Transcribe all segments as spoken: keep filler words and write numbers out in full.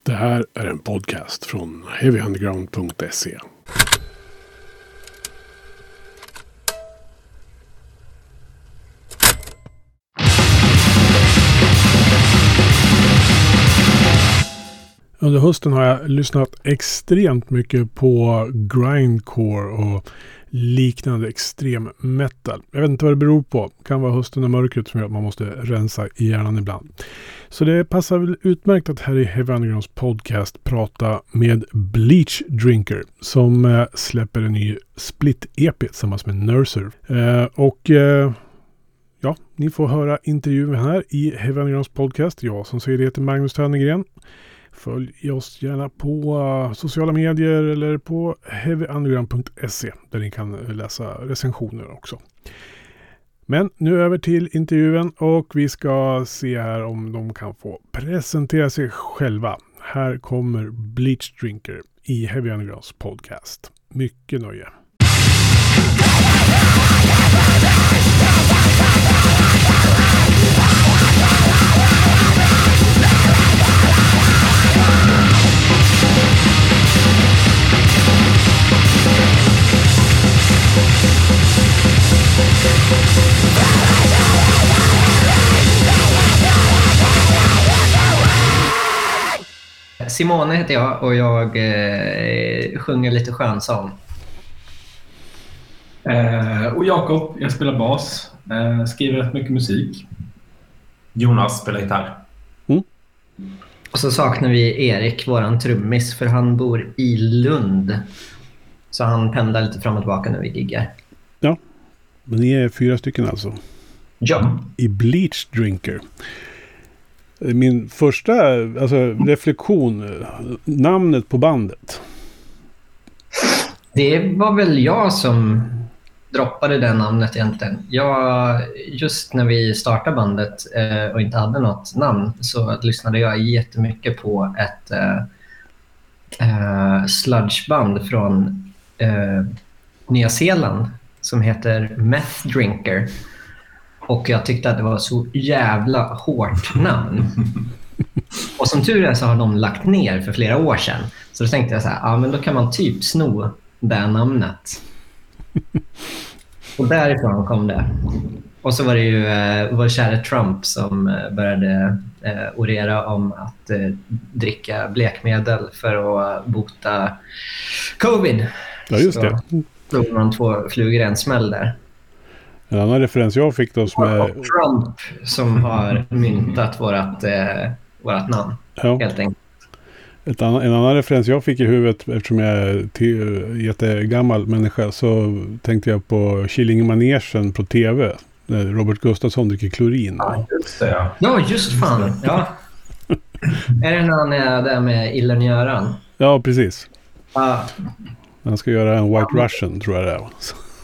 Det här är en podcast från heavy underground punkt se. Under hösten har jag lyssnat extremt mycket på grindcore och liknande extrem metal. Jag vet inte vad det beror på. Det kan vara hösten och mörkret som gör att man måste rensa i hjärnan ibland. Så det passar väl utmärkt att här i Heavy Undergrounds podcast prata med Bleach Drinker som eh, släpper en ny split-E P tillsammans med Nurser. Eh, och eh, ja, ni får höra intervjun här i Heavy Undergrounds podcast. Jag som säger det heter Magnus Tönegren. Följ oss gärna på uh, sociala medier eller på heavy underground punkt se där ni kan läsa recensioner också. Men nu över till intervjun och vi ska se här om de kan få presentera sig själva. Här kommer Bleach Drinker i Heavy Undergrounds podcast. Mycket nöje. Simone heter jag och jag eh, sjunger lite skönsång. Eh, och Jakob, jag spelar bas, eh, skriver rätt mycket musik. Jonas spelar gitarr. Mm. Och så saknar vi Erik, våran trummis, för han bor i Lund. Så han pendlar lite fram och tillbaka när vi giggar. Ja, men ni är fyra stycken alltså. Ja. I Bleach Drinker. Min första alltså, reflektion, namnet på bandet. Det var väl jag som droppade det namnet egentligen. Jag, just när vi startade bandet eh, och inte hade något namn så lyssnade jag jättemycket på ett eh, eh, sludgeband från eh, Nya Zeeland som heter Meth Drinker. Och jag tyckte att det var så jävla hårt namn. Och som tur är så har de lagt ner för flera år sedan. Så då tänkte jag så här, ja men då kan man typ sno det namnet. Och därifrån kom det. Och så var det ju eh, vår kära Trump som eh, började eh, orera om att eh, dricka blekmedel för att bota covid. Ja, just så det. Då var man två flugor i en smäll där. En annan referens jag fick då som är... Trump som har myntat vårat, eh, vårat namn, ja. Helt enkelt. Ett annan, en annan referens jag fick i huvudet, eftersom jag är till, jättegammal människa, så tänkte jag på Killingemanegen på tv. När Robert Gustafsson dricker klorin. Ja, just det. Ja, ja just fan. Ja. Är det när han är där med Illernjöran? Ja, precis. Ja. Han ska göra en White Russian, tror jag det är.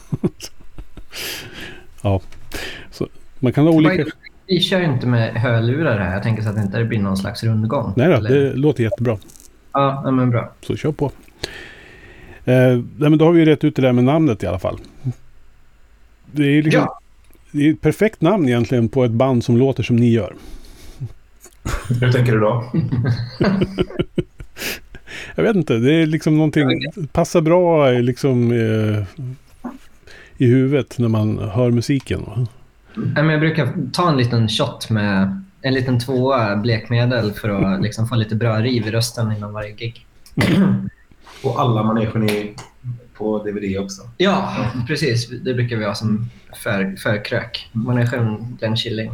Ja, så man kan ha olika... Vi kör inte med hörlurar här. Jag tänker så att det inte blir någon slags rundgång. Nej då, eller? Det låter jättebra. Ja, men bra. Så kör på. Eh, nej, men då har vi rätt ut det där med namnet i alla fall. Det är liksom, ja. Det är ett perfekt namn egentligen på ett band som låter som ni gör. Hur tänker du då? Jag vet inte, det är liksom någonting, passar bra liksom eh, i huvudet när man hör musiken. Va? Men jag brukar ta en liten shot med en liten tvåa blekmedel för att liksom få lite bra riv i rösten innan varje gig. Och alla manegen är på D V D också. Ja, precis. Det brukar vi ha som för, förkrök. Manegen, den chilling.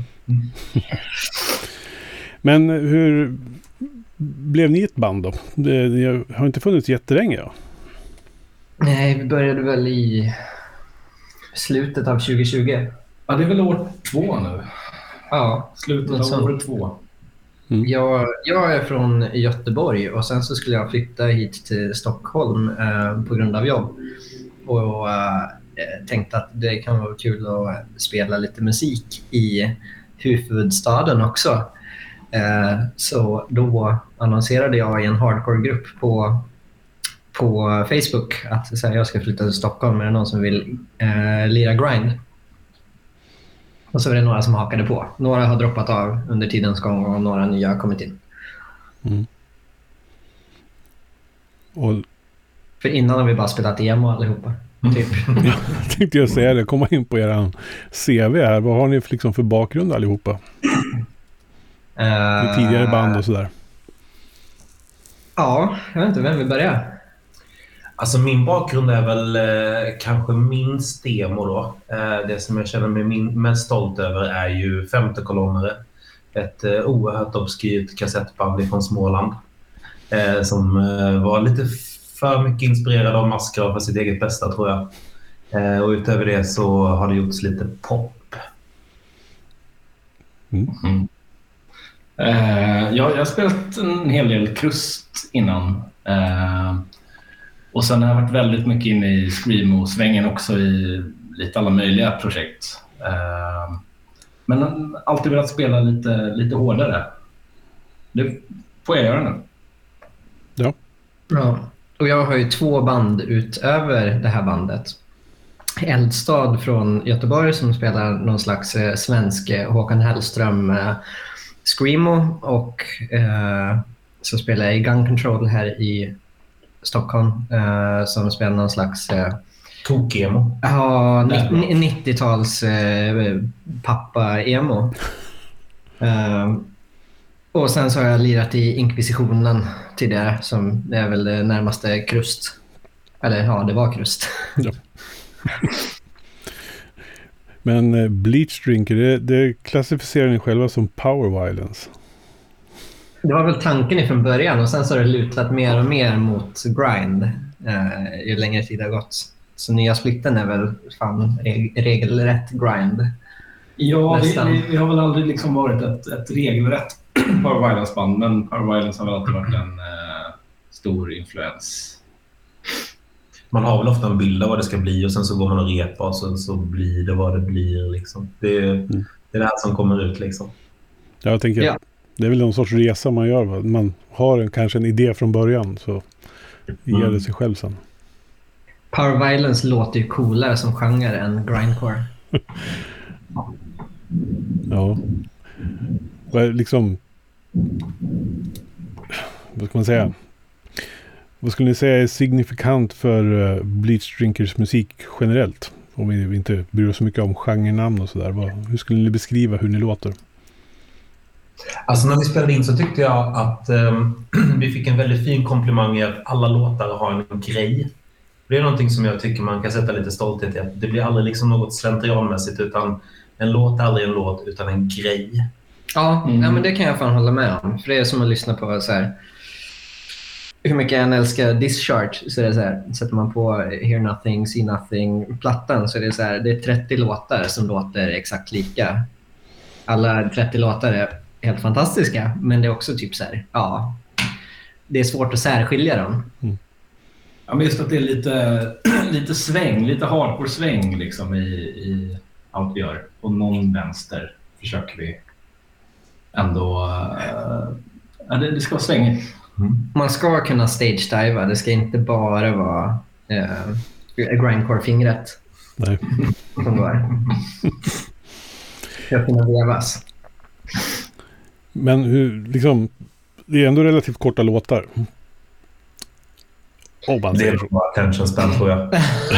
Men hur blev ni ett band då? Det, det har inte funnits jättelänge. Ja? Nej, vi började väl i slutet av tjugo tjugo. Ja, det är väl år två nu. Ja, slutet av så. år två. Mm. Jag, jag är från Göteborg och sen så skulle jag flytta hit till Stockholm eh, på grund av jobb. Och eh, tänkte att det kan vara kul att spela lite musik i huvudstaden också. Eh, så då annonserade jag i en hardcore-grupp på, på Facebook att så här, jag ska flytta till Stockholm. Är det någon som vill eh, lira grind? Och så är det några som hakade på. Några har droppat av under tidens gång och några nya har kommit in. Mm. Och, För innan har vi bara spelat emo allihopa. Typ. ja, tänkte jag säga det. Komma in på er C V här. Vad har ni för, liksom, för bakgrund allihopa? Uh, I tidigare band och sådär. Ja, jag vet inte vem vi börjar. Alltså min bakgrund är väl eh, kanske minst demo då. Eh, det som jag känner mig min, mest stolt över är ju Femte kolonnare. Ett eh, oerhört obskyrt kassettband från Småland. Eh, som eh, var lite för mycket inspirerad av Maskra för sitt eget bästa, tror jag. Eh, och utöver det så har det gjorts lite pop. Mm. Mm. Uh, jag, jag har spelat en hel del krust innan. Uh, och sen har jag varit väldigt mycket inne i Screamo-svängen också i lite alla möjliga projekt. Uh, men alltid velat spela lite, lite hårdare. Det får jag göra nu. Ja. Ja. Och jag har ju två band utöver det här bandet. Eldstad från Göteborg som spelar någon slags eh, svensk eh, Håkan Hellström eh, Screamo, och eh, så spelar jag i Gun Control här i Stockholm eh, som spelar någon slags eh, Tok-emo. ja, nittio-tals eh, pappa-emo. eh, och sen så har jag lirat i Inkvisitionen till det, som är väl det närmaste krust. Eller ja, det var krust. Ja. Men eh, Bleach Drinker, det, det klassificerar ni själva som power violence. Det var väl tanken ifrån början, och sen så har det lutat mer och mer mot grind eh, ju längre tid har gått. Så nya splitten är väl fan reg- regelrätt grind. Ja, vi, Nästan. vi, vi har väl aldrig liksom varit ett, ett regelrätt Power Violence-band, men Power Violence har väl alltid varit en eh, stor influens. Man har väl ofta en bild av vad det ska bli och sen så går man och repar och så, så blir det vad det blir. Liksom. Det, är, mm. det är det här som kommer ut. Liksom. Ja, jag tänker, ja. Det är väl någon sorts resa man gör. Va? Man har en, kanske en idé från början, så ger mm. det sig själv sen. Power Violence låter ju coolare som genre än grindcore. Ja. Liksom, vad ska man säga? Vad skulle ni säga är signifikant för uh, Bleach Drinkers musik generellt? Om vi inte bryr oss så mycket om genrenamn och sådär. Hur skulle ni beskriva hur ni låter? Alltså när vi spelade in så tyckte jag att um, vi fick en väldigt fin komplimang i att alla låtar har en grej. Det är någonting som jag tycker man kan sätta lite stolthet i. Att det blir aldrig liksom något slentrianmässigt, utan en låt är aldrig en låt utan en grej. Ja, mm. ja, men det kan jag fan hålla med om. För det är som att lyssna på så här, hur mycket jag än älskar Discharge, så är det så här, sätter man på Hear Nothing, See Nothing-plattan, så är det så här, det är trettio låtar som låter exakt lika. Alla trettio låtar är helt fantastiska, men det är också typ så här, ja, det är svårt att särskilja dem. Mm. Ja, men just att det är lite, lite sväng, lite hardcore-sväng liksom i, i allt vi gör. Och någon vänster försöker vi ändå, uh, ja, det, det ska vara svängigt. Mm. Man ska kunna stage-diva, det ska inte bara vara uh, grindcore-fingret. Nej. Som går. Ska kunna vevas. Men hur, liksom, det är ändå relativt korta låtar. Oh, man det är bara attention span, tror jag.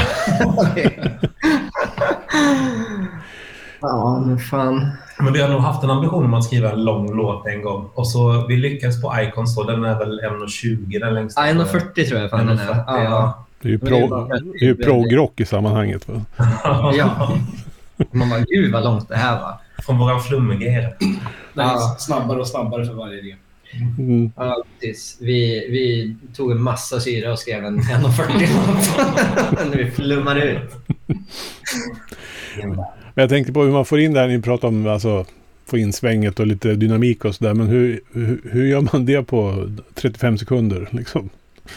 Ja, men fan. Men vi har nog haft en ambition om att skriva en lång låt en gång. Och så vi lyckas på Icons då, den är väl en tjugo den längsta. Ja, en fyrtio tror jag fan den är. Ja. Det är ju pro, det är ju prog-rock i sammanhanget. Va? Ja. Man bara, gud vad långt det här var. Från våran flummiga era. Det är snabbare och snabbare för varje idé. Mm. Ja, precis. Vi, vi tog en massa syra och skrev en en fyrtio när vi flummade ut. Men jag tänkte på hur man får in det här, ni pratar om alltså, få in svänget och lite dynamik och sådär, men hur, hur, hur gör man det på trettiofem sekunder liksom?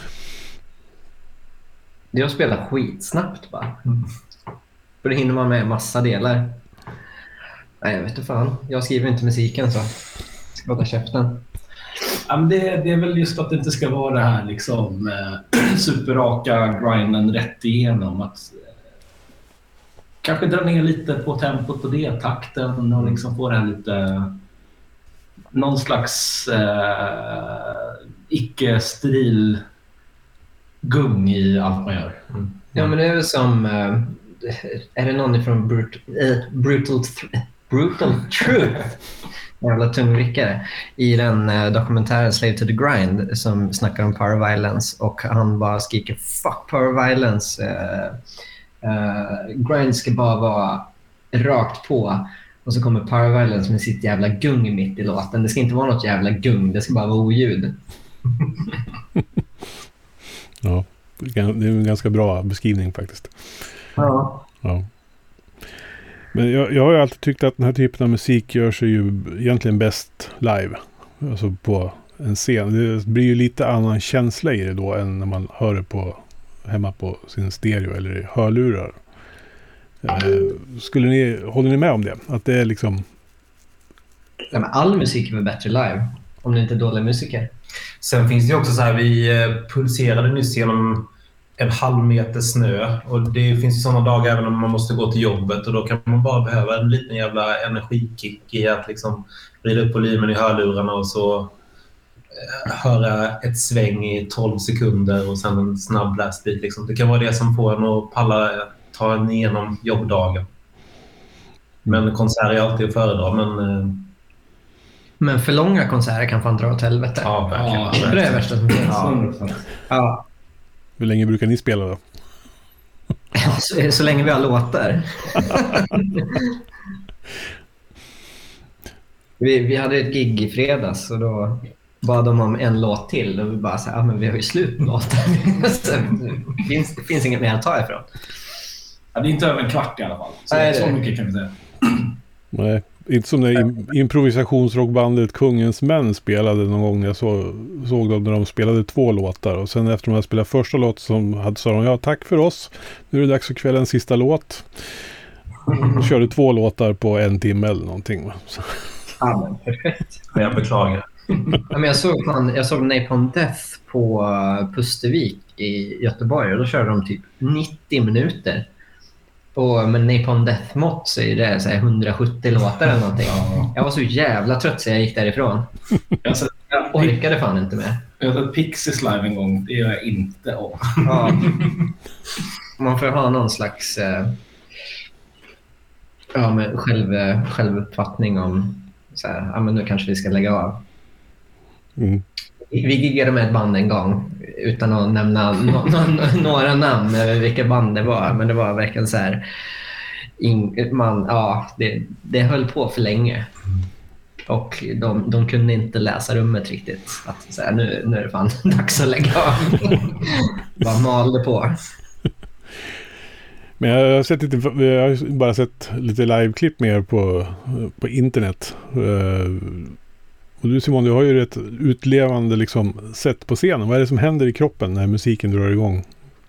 Det är att spela skitsnabbt bara. För då hinner man med massa delar. Nej, jag vet inte fan. Jag skriver inte musiken så ska ta käften. Ja, men det, det är väl just att det inte ska vara det här liksom eh, superraka grinden rätt igenom. Att eh, kanske dra ner lite på tempot och det, takten och liksom få det här lite någon slags eh, icke-stril gung i allt man gör. Mm. Ja, men det är väl som... eh, är det någon från Brut, eh, Brutal, Th- Brutal Truth? Jävla tungvrickare. I den eh, dokumentären Slave to the Grind som snackar om power violence. Och han bara skriker fuck power violence. Eh, eh, grind ska bara vara rakt på. Och så kommer power violence med sitt jävla gung mitt i låten. Det ska inte vara något jävla gung. Det ska bara vara oljud. Ja, det är en ganska bra beskrivning faktiskt. Ja. Ja. Men jag, jag har ju alltid tyckt att den här typen av musik gör sig ju egentligen bäst live. Alltså på en scen. Det blir ju lite annan känsla i det då än när man hör det på, hemma på sin stereo eller i hörlurar. Eh, skulle ni, håller ni med om det? Att det är liksom... Ja, men all musik är väl bättre live. Om det inte är dåliga musiker. Sen finns det ju också så här, vi eh, pulserade nyss genom en halv meter snö. Och det finns ju sådana dagar även om man måste gå till jobbet. Och då kan man bara behöva en liten jävla energikick i att liksom vrida upp volymen i hörlurarna och så eh, höra ett sväng i tolv sekunder och sen en snabb blastbeat. Liksom. Det kan vara det som får en att palla, ta en igenom jobbdagen. Men konserter är alltid att föredra, men... Eh, Men för långa konserter kan fan dra åt helvete. ja, verkligen. Ja, Det är det värsta som finns. Ja. Ja. Hur länge brukar ni spela då? Så, så länge vi har låtar. vi, vi hade ett gig i fredags och då bad de om en låt till och vi bara så här, ah, men vi har ju slut på låtar. Så, det, finns, det finns inget mer att ta ifrån. Ja, det är inte över en kvart i alla fall. Så, Nej, det- så mycket kan vi säga. Nej, inte som när im- improvisationsrockbandet Kungens Män spelade någon gång. Jag så, såg dem när de spelade två låtar. Och sen efter de hade spelat första låt som hade sa de, ja tack för oss. Nu är det dags för kvällens sista låt. De körde två låtar på en timme eller någonting. Va? Så, Ja, men perfekt. Jag beklagar. Ja, men jag såg, fan, jag såg Napalm Death på uh, Pustervik i Göteborg och då körde de typ nittio minuter. Och med Napalm Death-mått så är det så här hundrasjuttio låtar eller någonting. Ja. Jag var så jävla trött så jag gick därifrån. Jag har sett, Jag orkade fan inte mer. jag har sett Pixies live en gång. Det gör jag inte om. Ja. Man får ha någon slags eh, ja, men själv, självuppfattning om så här, ja, men nu kanske vi ska lägga av. mm. Vi giggade med ett band en gång utan att nämna no- no- några namn över vilka band det var. Men det var verkligen så här... In, man, ja, det, det höll på för länge. Och de, de kunde inte läsa rummet riktigt. Att så här, nu, nu är det fan dags att lägga av. Bara malde på. Men jag har, sett lite, jag har bara sett lite liveklipp med er på, på internet. Uh, och du Simon, du har ju ett utlevande liksom, sätt på scenen. Vad är det som händer i kroppen när musiken drar igång?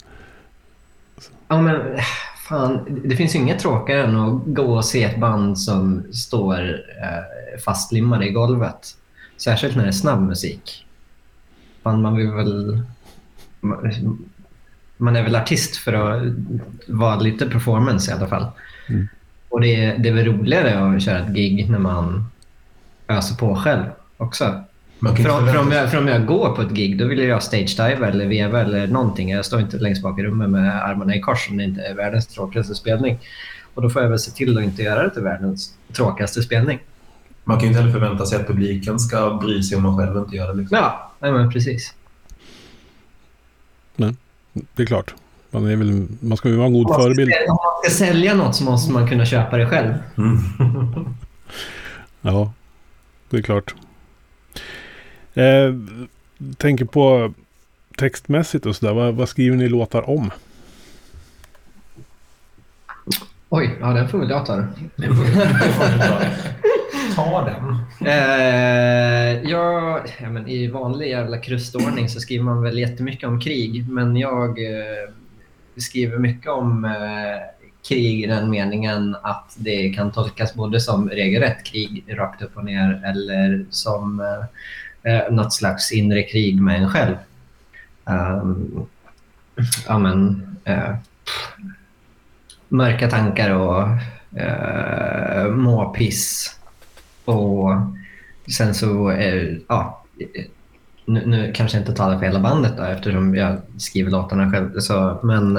Ja, men fan, det finns ju inget tråkigare än att gå och se ett band som står eh, fastlimmade i golvet. Särskilt när det är snabb musik. Fan, man vill väl... Man, man är väl artist för att vara lite performance i alla fall. Mm. Och det är, det är väl roligare att köra ett gig när man öser på själv också. Man kan För, inte för, om förvänta jag, för om jag går på ett gig, då vill jag stage-dive eller veva eller någonting. Jag står inte längst bak i rummet med armarna i kors om det inte är världens tråkigaste spelning. Och då får jag väl se till att inte göra det till världens tråkigaste spelning. Man kan ju inte heller förvänta sig att publiken ska bry sig om man själv inte gör det. Liksom. Ja, nej, men precis. Det är klart. Man, är väl, man ska ju vara en god Om man ska förebild. sälja- Om man ska sälja något så måste man kunna köpa det själv. Mm. Ja, det är klart. Eh, tänker på textmässigt och sådär. Vad, vad skriver ni låtar om? Oj, ja, den får väl jag ta. Det får det får du ta. Ta den. Eh, jag, ja, men i vanlig jävla krustordning så skriver man väl jättemycket om krig. Men jag eh, skriver mycket om eh, krig i den meningen att det kan tolkas både som regelrätt krig rakt upp och ner eller som eh, något slags inre krig med en själv. Um, ja, men, eh, mörka tankar och eh, måpiss. Och sen så, eh, ja, nu, nu kanske jag inte talar för hela bandet då, eftersom jag skriver låtarna själv. Så, men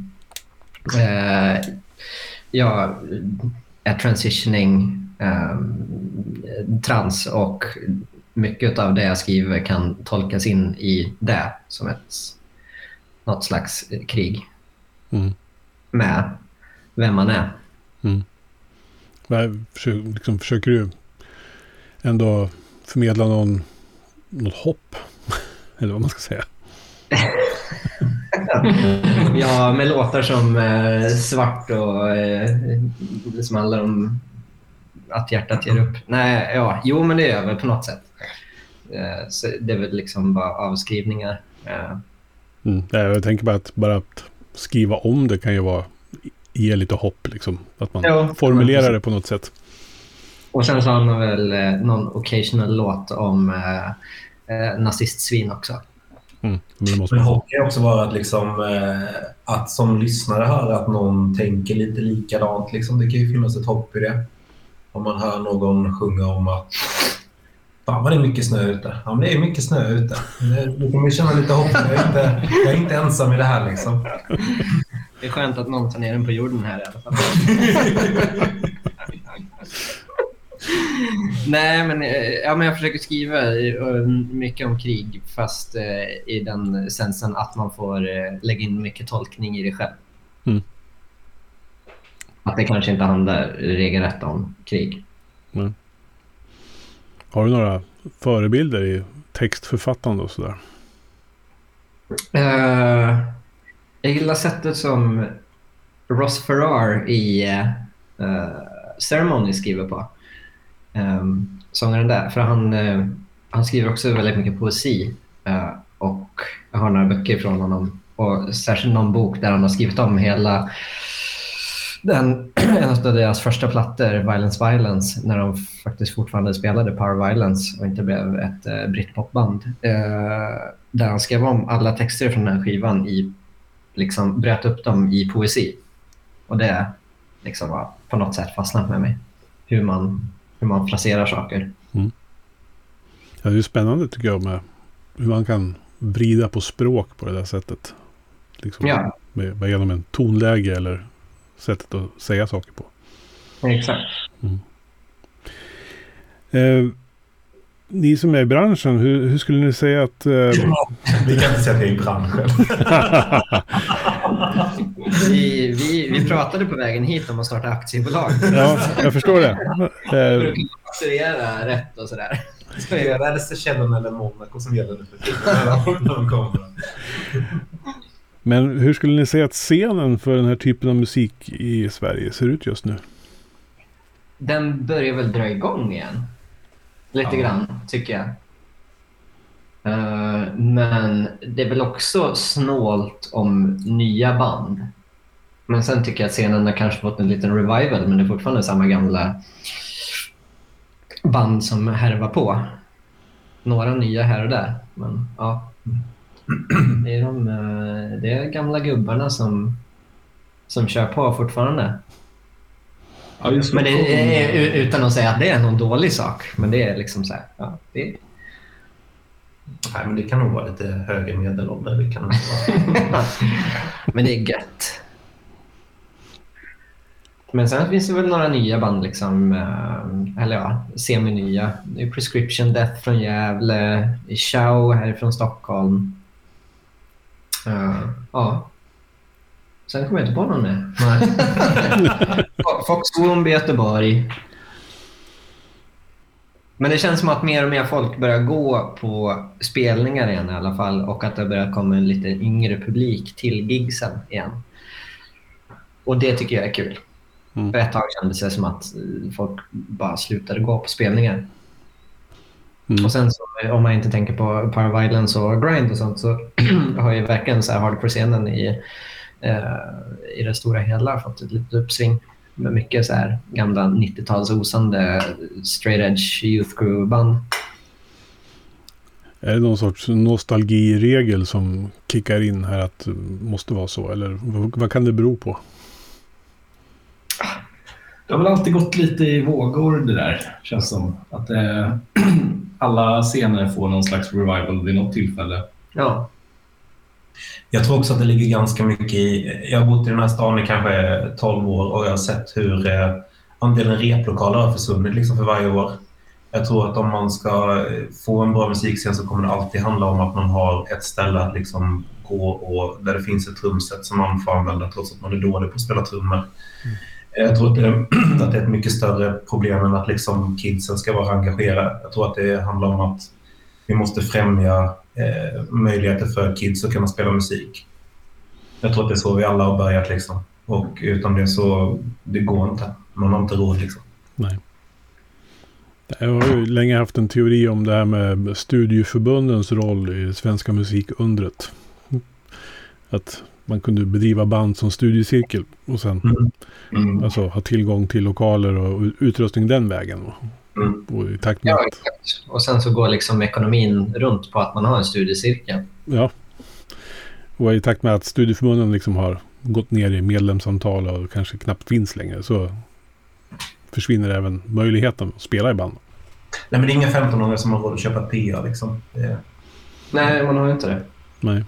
eh, jag är transitioning eh, trans och mycket av det jag skriver kan tolkas in i det som ett något slags krig Mm. med vem man är. Mm. Försöker, liksom, försöker du ändå förmedla någon, något hopp? Eller vad man ska säga. Ja, med låtar som eh, Svart och eh, som handlar om att hjärtat ger upp. Nej, ja, jo men det är väl på något sätt. Eh, så det är väl liksom bara avskrivningar. Eh. Mm. Jag tänker bara att bara att skriva om det kan ju vara ge lite hopp liksom. Att man ja, formulerar det på något sätt. Och sen så har man väl eh, någon occasional låt om eh, eh, nazistsvin också. Mm. Men, måste men hopp kan också vara att, liksom, eh, att som lyssnare höra att någon tänker lite likadant. Liksom. Det kan ju finnas ett hopp i det. Om man hör någon sjunga om att fan vad det är mycket snö ute. Ja, men det är mycket snö ute. Nu kan man känna lite hopp. Jag är inte, jag är inte ensam i det här liksom. Det är skönt att någon tar ner den på jorden här i alla fall. Nej, men, ja, men jag försöker skriva mycket om krig fast eh, i den sensen att man får eh, lägga in mycket tolkning i det själv. Mm. Att det kanske inte handlar regelrätt om krig. Mm. Har du några förebilder i textförfattande och sådär? Uh, jag gillar sättet som Ross Farrar i uh, Ceremony skriver på. Um, sångaren där, för han, uh, han skriver också väldigt mycket poesi uh, och jag har några böcker från honom och särskilt någon bok där han har skrivit om hela den, en av deras första plattor, Violence Violence, när de faktiskt fortfarande spelade Power Violence och inte blev ett uh, britpopband, uh, där han skrev om alla texter från den här skivan i, liksom bröt upp dem i poesi och det liksom var på något sätt fastnat med mig, hur man hur man fraserar saker. Mm. Ja, det är spännande tycker jag med hur man kan vrida på språk på det där sättet. Liksom ja. med, med genom en tonläge eller sättet att säga saker på. Exakt. Mm. Eh, ni som är i branschen, hur, hur skulle ni säga att... Eh... Vi kan inte säga att jag är i branschen. vi, vi, vi pratade på vägen hit om att starta aktiebolag. Ja, jag förstår det. För att kunna facturera rätt och sådär. Ska jag göra det Källen eller Monaco som gäller det för när de kommer? Men hur skulle ni säga att scenen för den här typen av musik i Sverige ser ut just nu? Den börjar väl dra igång igen. Lite ja. grann, tycker jag. Uh, men det är väl också snålt om nya band. Men sen tycker jag att scenen har kanske fått en liten revival, men det är fortfarande samma gamla band som härvar på. Några nya här och där. Men ja, det är de det är gamla gubbarna som, som kör på fortfarande. Ja, just men det är, utan att säga att det är någon dålig sak. Men det är liksom så här, ja, det är... Nej, men det kan nog vara lite högre medelålder. Det kan vara. Men det är gött. Men sen finns det väl några nya band liksom, eller ja, semi-nya. Prescription Death från Gävle, Chow här från Stockholm. Uh, ja. Sen kommer jag inte på någon mer. Nej. Fox Womb i Göteborg. Men det känns som att mer och mer folk börjar gå på spelningar igen i alla fall. Och att det börjar komma en lite yngre publik till gigsen igen. Och det tycker jag är kul. Mm. För ett tag kändes det som att folk bara slutade gå på spelningar. Mm. Och sen så, om man inte tänker på Power Violence och Grind och sånt, så har ju verkligen så här hardcore-scenen i, eh, i det stora hela fått ett litet uppsving med mycket så här gamla nittio-tals osande straight edge youth crew-band. Är det någon sorts nostalgiregel som kickar in här att det måste vara så? Eller vad, vad kan det bero på? Det har väl alltid gått lite i vågor det där, känns som. Att, eh, alla scener får någon slags revival vid något tillfälle. Ja. Jag tror också att det ligger ganska mycket i... Jag har bott i den här stan i kanske tolv år och jag har sett hur eh, andelen replokaler har försvunnit liksom för varje år. Jag tror att om man ska få en bra musikscen så kommer det alltid handla om att man har ett ställe att liksom gå och där det finns ett trumset som man får använda trots att man är dålig på att spela trummor. Mm. Jag tror att det, att det är ett mycket större problem än att liksom kidsen ska vara engagerade. Jag tror att det handlar om att vi måste främja eh, möjligheter för kids att kunna spela musik. Jag tror att det är så vi alla har börjat liksom. Och utan det så, det går inte. Man har inte råd liksom. Nej. Jag har ju länge haft en teori om det här med studieförbundens roll i svenska musikundret. Att man kunde bedriva band som studiecirkel och sen mm. Mm. Alltså, ha tillgång till lokaler och utrustning den vägen. Mm. Och i takt med ja, exakt. Och sen så går liksom ekonomin runt på att man har en studiecirkel. Ja. Och i takt med att studieförbunden liksom har gått ner i medlemsantal och kanske knappt finns längre så försvinner även möjligheten att spela i band. Nej, men det är inga femton-åringar som har råd att köpa ett P A liksom. Det... Nej, man har ju inte det. Nej.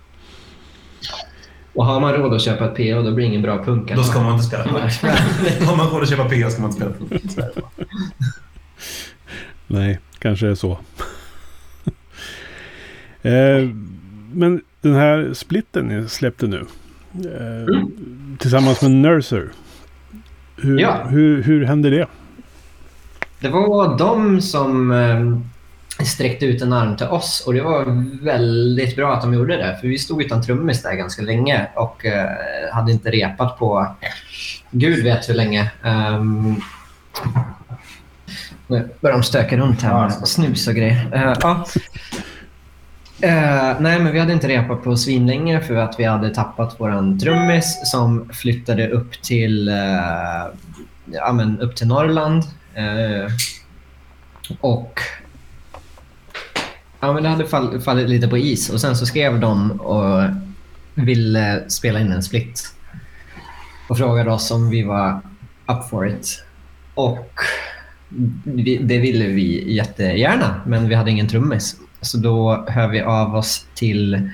Och har man råd att köpa ett P A då blir det ingen bra punk. Då ska man inte spela punk. Har man råd att köpa P A ska man inte spela punk. Nej, kanske är så. eh, men den här splitten ni släppte nu eh, mm. tillsammans med Nurser. Hur, ja. hur, hur hände det? Det var de som eh, sträckte ut en arm till oss och det var väldigt bra att de gjorde det. För vi stod utan trummis där ganska länge och eh, hade inte repat på Gud vet hur länge. Um, nu börjar de stöka runt här med snus och grejer. Uh, ja. Uh, nej, men vi hade inte repat på svinlänge för att vi hade tappat våran trummis som flyttade upp till, uh, ja, men upp till Norrland. Uh, och ja, men det hade fall, fallit lite på is och sen så skrev de och ville spela in en split och frågade oss om vi var up for it. Och vi, det ville vi jättegärna, men vi hade ingen trummis. Så då hör vi av oss till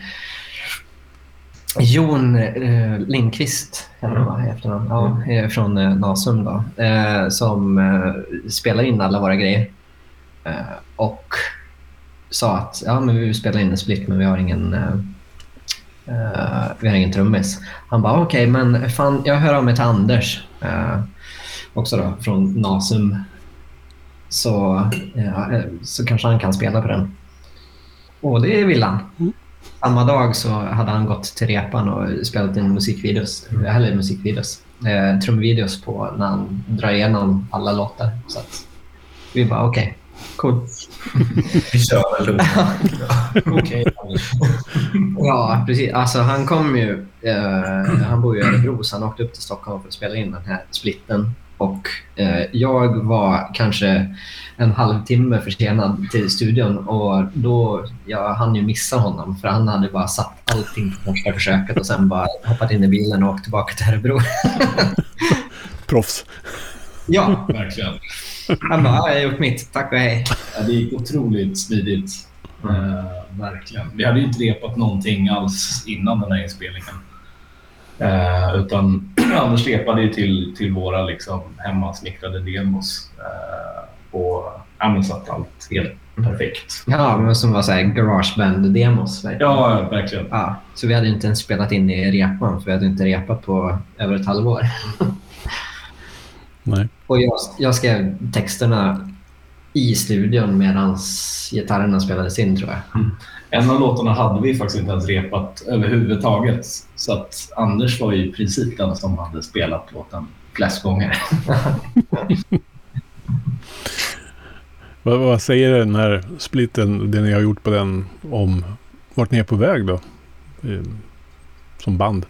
Jon eh, Lindqvist mm. efternamn, ja, från eh, Nasum då, eh, som eh, spelar in alla våra grejer. Eh, och sa att ja, men vi vill spela in en split men vi har ingen uh, uh, vi har ingen trummis. Han bara okej, okay, men fan, jag hör av mig till Anders uh, också då från Nasum så, uh, så kanske han kan spela på den. Och det vill han. Mm. Samma dag så hade han gått till repan och spelat in musikvideos, eller musikvideos, uh, trumvideos på när han drar igenom alla låtar. Så att vi bara okej. Okay. Cool. Vi kör väl då. Okej. Ja, precis. Alltså han kom ju eh, han bor ju i Örebro så han åkte upp till Stockholm för att spela in den här splitten och eh, jag var kanske en halvtimme försenad till studion och då jag hann ju missa honom för han hade bara satt allting på första försöket och sen bara hoppat in i bilen och åkt tillbaka till Örebro. Proffs. Ja, verkligen. Han bara, jag har gjort mitt, tack och hej. Ja, det gick otroligt smidigt. Mm. Uh, verkligen. Vi hade ju inte repat någonting alls innan den här inspelningen. Uh, utan Anders repade ju till, till våra liksom, hemmasnickrade demos. Uh, och ja, satt allt helt perfekt. Ja, men som var så här garageband-demos. Verkligen. Ja, verkligen. Ja, så vi hade inte ens spelat in i repan för vi hade inte repat på över ett halvår. Nej. Och jag, jag skrev texterna i studion medan gitarrerna spelades in, tror jag. Mm. En av låtarna hade vi faktiskt inte ens repat överhuvudtaget. Så att Anders var ju i princip den som hade spelat låten flest gånger. vad, vad säger den här splitten, det ni har gjort på den, om vart ni är på väg då? Som band?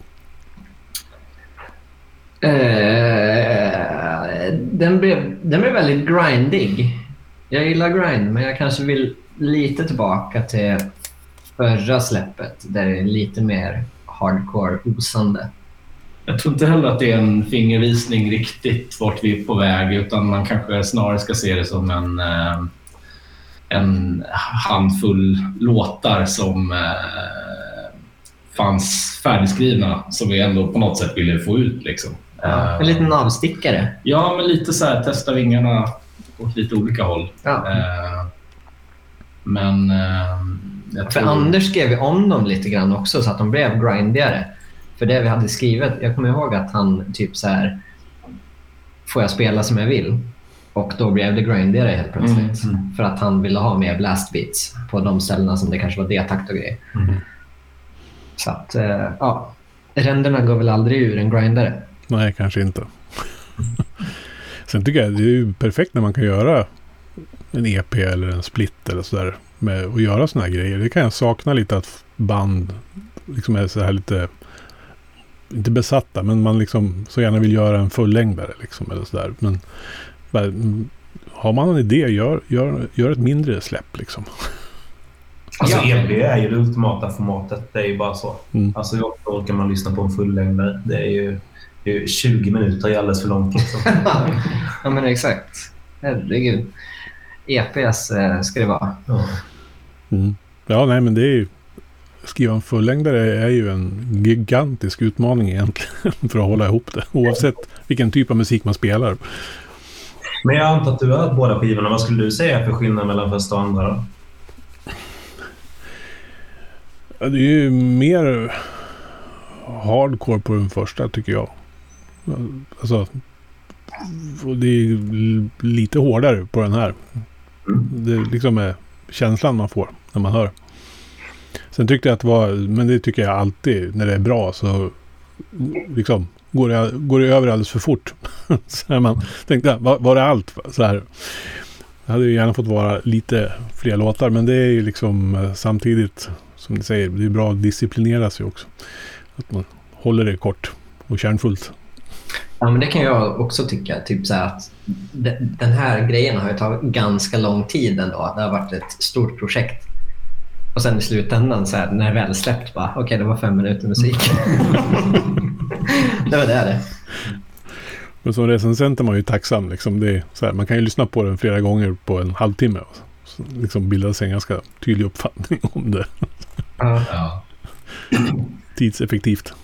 Uh, den, blev, den blev väldigt grindig. Jag gillar grind, men jag kanske vill lite tillbaka till förra släppet där det är lite mer hardcore osande. Jag tror inte heller att det är en fingervisning riktigt vart vi är på väg utan man kanske snarare ska se det som en, en handfull låtar som eh, fanns färdigskrivna som vi ändå på något sätt ville få ut liksom. Ja, en liten avstickare. Ja, men lite så här, testa vingarna åt lite olika håll. Ja. Eh, men eh, jag För tror... Anders skrev ju om dem lite grann också så att de blev grindigare. För det vi hade skrivit, jag kommer ihåg att han typ så här, får jag spela som jag vill? Och då blev det grindigare helt plötsligt. Mm, mm. För att han ville ha mer blast beats på de ställena som det kanske var D-takt och grejer. Mm. Så att, eh, ja. Ränderna går väl aldrig ur en grindare. Nej, kanske inte. Sen tycker jag det är ju perfekt när man kan göra en E P eller en split eller sådär med att göra såna här grejer. Det kan jag sakna lite att band liksom är så här lite inte besatta, men man liksom så gärna vill göra en fullängdare liksom eller sådär. Men bara, har man en idé, gör, gör, gör ett mindre släpp liksom. Alltså Ja. E P är ju det ultimata formatet. Det är ju bara så. Mm. Alltså hur ofta orkar man lyssna på en fullängdare? Det är ju, det är ju tjugo minuter är alldeles för långt. Liksom. Ja, men exakt. Herregud. E P:s eh, ska det vara. Ja. Mm. Ja, nej, men det är ju skriva en fullängdare är ju en gigantisk utmaning egentligen för att hålla ihop det. Oavsett vilken typ av musik man spelar. Men jag antar att du har hört båda skivorna. Vad skulle du säga för skillnad mellan första och andra då? Ja, det är ju mer hardcore på den första tycker jag. Alltså, och det är lite hårdare på den här. Det liksom är känslan man får när man hör. Sen tyckte jag att det var, men det tycker jag alltid när det är bra så liksom går det, går det över alldeles för fort. Så här man tänkte, var, var det allt? Så här. Jag hade ju gärna fått vara lite fler låtar, men det är ju liksom samtidigt som ni säger, det är bra att disciplinera sig också. Att man håller det kort och kärnfullt. Ja, men det kan jag också tycka. Typ så här att de, den här grejen har ju tagit ganska lång tid ändå. Det har varit ett stort projekt. Och sen i slutändan, så här, när det väl släppt, bara, okej, okay, det var fem minuter musik. det var det det. Men som recensent är man ju tacksam. Liksom. Det är så här, man kan ju lyssna på den flera gånger på en halvtimme. Och så, liksom bilda sig en ganska tydlig uppfattning om det. Ja. Ja, Tidseffektivt.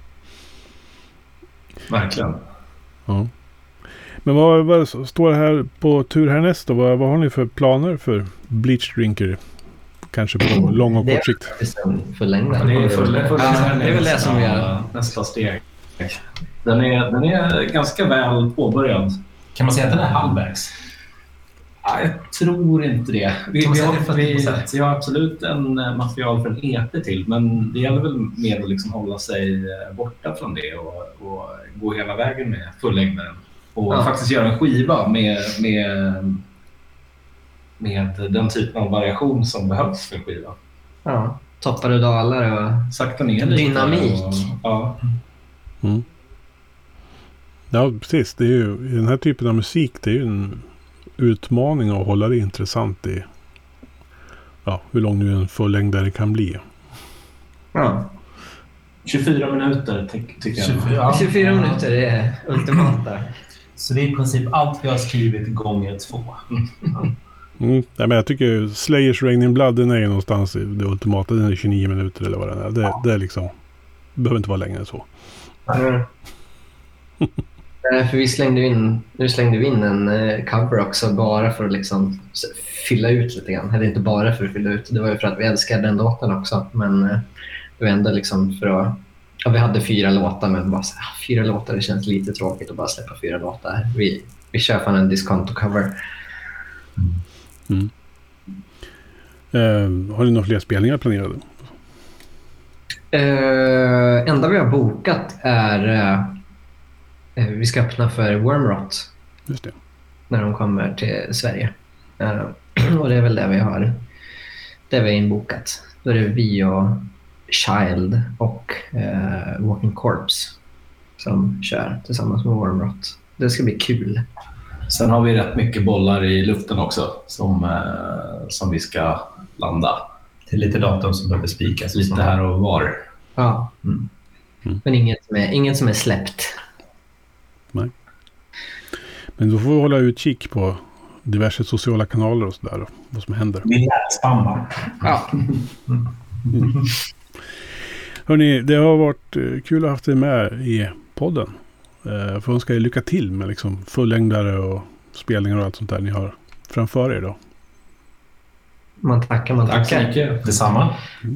verkligen. Ja. Men vad, vad står det här på tur härnäst då? Vad, vad har ni för planer för Bleach Drinker? Kanske på lång och kort sikt. Det är en fullängdare. Det är, full, full, ja, det är väl det som vi gör. Nästa steg. Den är, den är ganska väl påbörjad. Kan man säga att den är halvvägs? Ja, jag tror inte det. Vi, Kan man vi, säga har, det fyrtio vi, procent? vi har absolut en eh, material för en E P till, men det gäller väl mer att liksom hålla sig eh, borta från det och, och gå hela vägen med fullängdaren. Och Ja. faktiskt göra en skiva med, med, med den typen av variation som behövs för en skiva. Ja. Toppar och dalar och Sakta ner lite. Dynamik. Och, ja. Mm. Ja, precis. Det är ju, i den här typen av musik, det är ju en utmaning att hålla det intressant i ja, hur lång nu en fullängdare kan bli. ja. tjugofyra minuter ty- tycker jag. tjugofyra. tjugofyra minuter är ultimata. Så det är i princip allt vi har skrivit gånger två. Mm. Ja, men jag tycker Slayers Rain in Blood, den är ju någonstans i det ultimata. Den är tjugonio minuter eller vad den är. Det, det är liksom, det behöver inte vara längre än så. Mm. För vi slängde in, nu slängde vi in en eh, cover också bara för att liksom s- fylla ut lite grann. Eller inte bara för att fylla ut, det var ju för att vi älskade den låten också. Men eh, det var ändå liksom för att... Ja, vi hade fyra låtar, men bara så, ah, fyra låtar, det känns lite tråkigt att bara släppa fyra låtar. Vi, vi kör fan en diskonto-cover. Mm. Eh, har ni några fler spelningar planerade? Uh, enda vi har bokat är... Uh, vi ska öppna för Wormrot Just det. när de kommer till Sverige. Uh, och det är väl det vi har. Det vi har inbokat. Då är det vi och Child och uh, Walking Corpse som kör tillsammans med Wormrot. Det ska bli kul. Sen har vi rätt mycket bollar i luften också som, eh, som vi ska landa. Det är lite datum som behöver spikas. Lite här och var. Ja. Mm. Mm. Men inget som, är, inget som är släppt. Men då får vi hålla utkik på diverse sociala kanaler och sådär. Vad som händer. Vi lär spamma. Ja. Mm. Hörrni, det har varit kul att ha haft er med i podden. Jag får önska er lycka till med liksom fullängdare och spelningar och allt sånt där ni har framför er då. Man tackar, man tackar. Tack så mycket. Detsamma. Mm.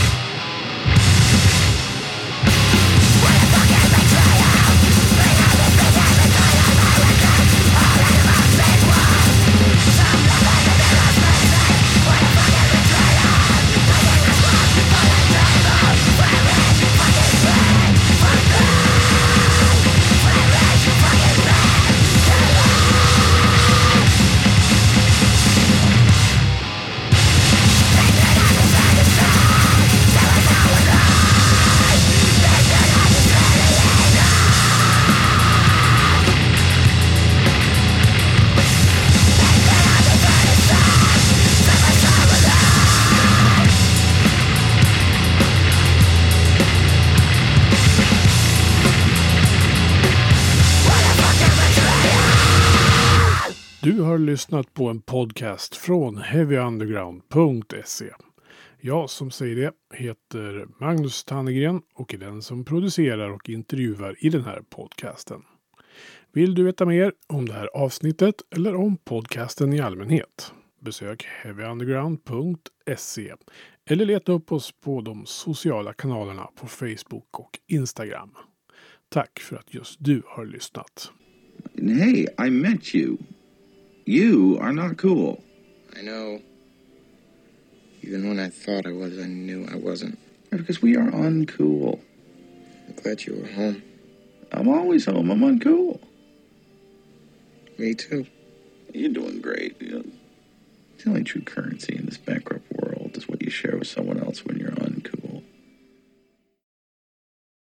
Du har lyssnat på en podcast från heavy underground punkt se. Jag som säger det heter Magnus Tannegren och är den som producerar och intervjuar i den här podcasten. Vill du veta mer om det här avsnittet eller om podcasten i allmänhet? Besök heavy underground punkt se eller leta upp oss på de sociala kanalerna på Facebook och Instagram. Tack för att just du har lyssnat. Hey, I met you. You are not cool. I know. Even when I thought I was, I knew I wasn't. Because we are uncool. I'm glad you were home. I'm always home. I'm uncool. Me too. You're doing great. You know, the only true currency in this bankrupt world is what you share with someone else when you're